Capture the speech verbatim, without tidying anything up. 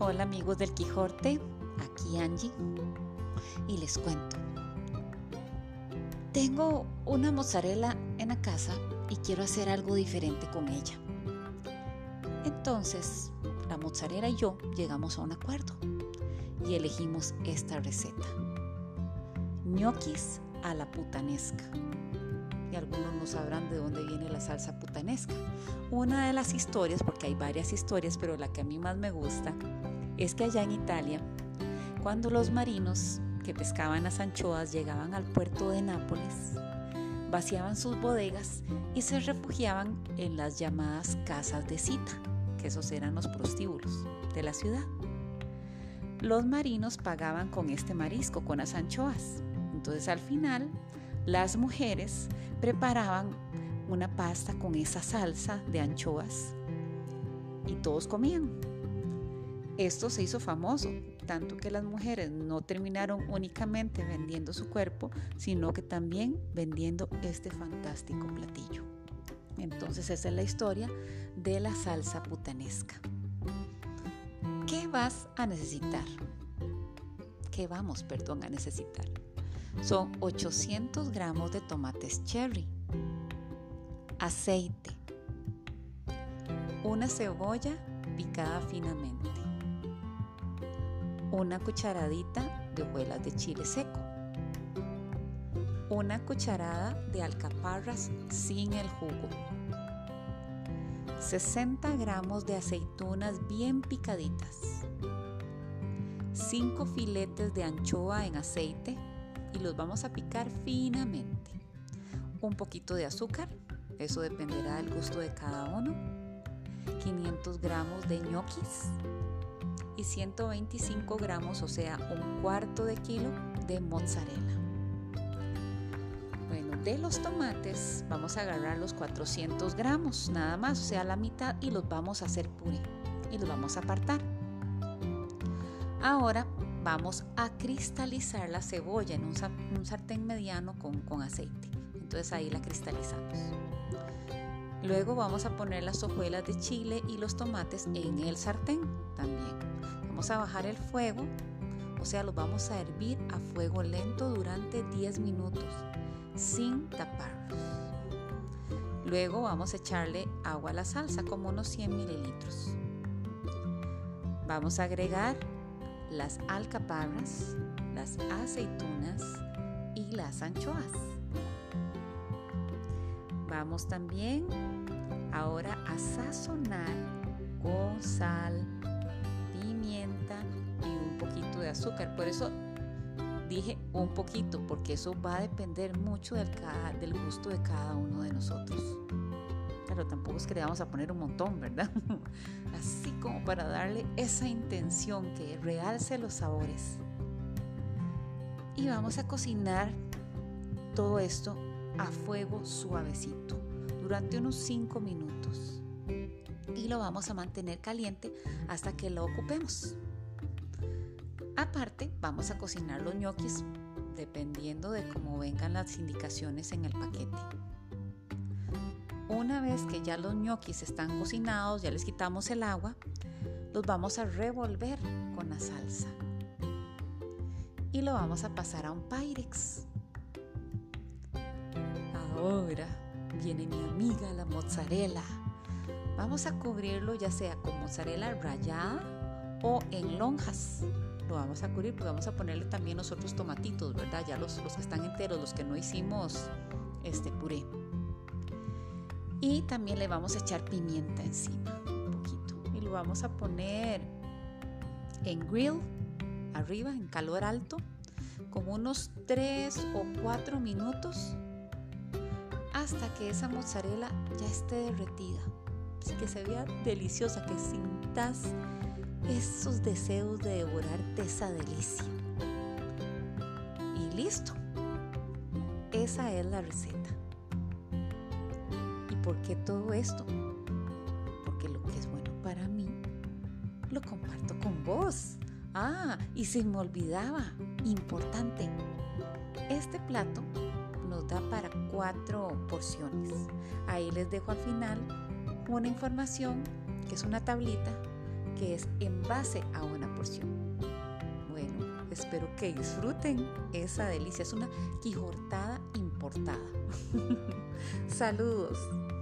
Hola amigos del Quijote, aquí Angie y les cuento. Tengo una mozzarella en la casa y quiero hacer algo diferente con ella. Entonces, la mozzarella y yo llegamos a un acuerdo y elegimos esta receta. Ñoquis a la putanesca. Y algunos no sabrán de dónde viene la salsa putanesca. Una de las historias, porque hay varias historias, pero la que a mí más me gusta, es que allá en Italia, cuando los marinos que pescaban las anchoas llegaban al puerto de Nápoles, vaciaban sus bodegas y se refugiaban en las llamadas casas de cita, que esos eran los prostíbulos de la ciudad. Los marinos pagaban con este marisco, con las anchoas. Entonces al final, las mujeres preparaban una pasta con esa salsa de anchoas y todos comían. Esto se hizo famoso, tanto que las mujeres no terminaron únicamente vendiendo su cuerpo, sino que también vendiendo este fantástico platillo. Entonces esa es la historia de la salsa putanesca. ¿Qué vas a necesitar? ¿Qué vamos, perdón, a necesitar? Son ochocientos gramos de tomates cherry, aceite, una cebolla picada finamente, una cucharadita de hojuelas de chile seco, una cucharada de alcaparras sin el jugo, sesenta gramos de aceitunas bien picaditas, cinco filetes de anchoa en aceite y los vamos a picar finamente, un poquito de azúcar, eso dependerá del gusto de cada uno, quinientos gramos de ñoquis y ciento veinticinco gramos, o sea, un cuarto de kilo de mozzarella. Bueno, de los tomates vamos a agarrar los cuatrocientos gramos, nada más, o sea, la mitad, y los vamos a hacer puré y los vamos a apartar. Ahora vamos a cristalizar la cebolla en un, un sartén mediano con, con aceite. Entonces ahí la cristalizamos. Luego vamos a poner las hojuelas de chile y los tomates en el sartén también. Vamos a bajar el fuego, o sea, los vamos a hervir a fuego lento durante diez minutos, sin taparlos. Luego vamos a echarle agua a la salsa, como unos cien mililitros. Vamos a agregar las alcaparras, las aceitunas y las anchoas. Vamos también ahora a sazonar con sal, pimienta y un poquito de azúcar. Por eso dije un poquito, porque eso va a depender mucho del, del gusto de cada uno de nosotros. Pero tampoco es que le vamos a poner un montón, ¿verdad? Así como para darle esa intención que realce los sabores. Y vamos a cocinar todo esto a fuego suavecito durante unos cinco minutos. Y lo vamos a mantener caliente hasta que lo ocupemos. Aparte, vamos a cocinar los ñoquis dependiendo de cómo vengan las indicaciones en el paquete. Una vez que ya los ñoquis están cocinados, ya les quitamos el agua, los vamos a revolver con la salsa y lo vamos a pasar a un Pyrex. Ahora viene mi amiga la mozzarella. Vamos a cubrirlo ya sea con mozzarella rallada o en lonjas. Lo vamos a cubrir porque vamos a ponerle también los otros tomatitos, ¿verdad? Ya los, los que están enteros, los que no hicimos este puré. Y también le vamos a echar pimienta encima, un poquito. Y lo vamos a poner en grill, arriba, en calor alto, como unos tres o cuatro minutos, hasta que esa mozzarella ya esté derretida. Así que se vea deliciosa, que sintas esos deseos de devorarte esa delicia. Y listo. Esa es la receta. ¿Por qué todo esto? Porque lo que es bueno para mí, lo comparto con vos. Ah, y se me olvidaba, importante, este plato nos da para cuatro porciones. Ahí les dejo al final una información, que es una tablita, que es en base a una porción. Bueno, espero que disfruten esa delicia. Es una quijortada importada. Saludos.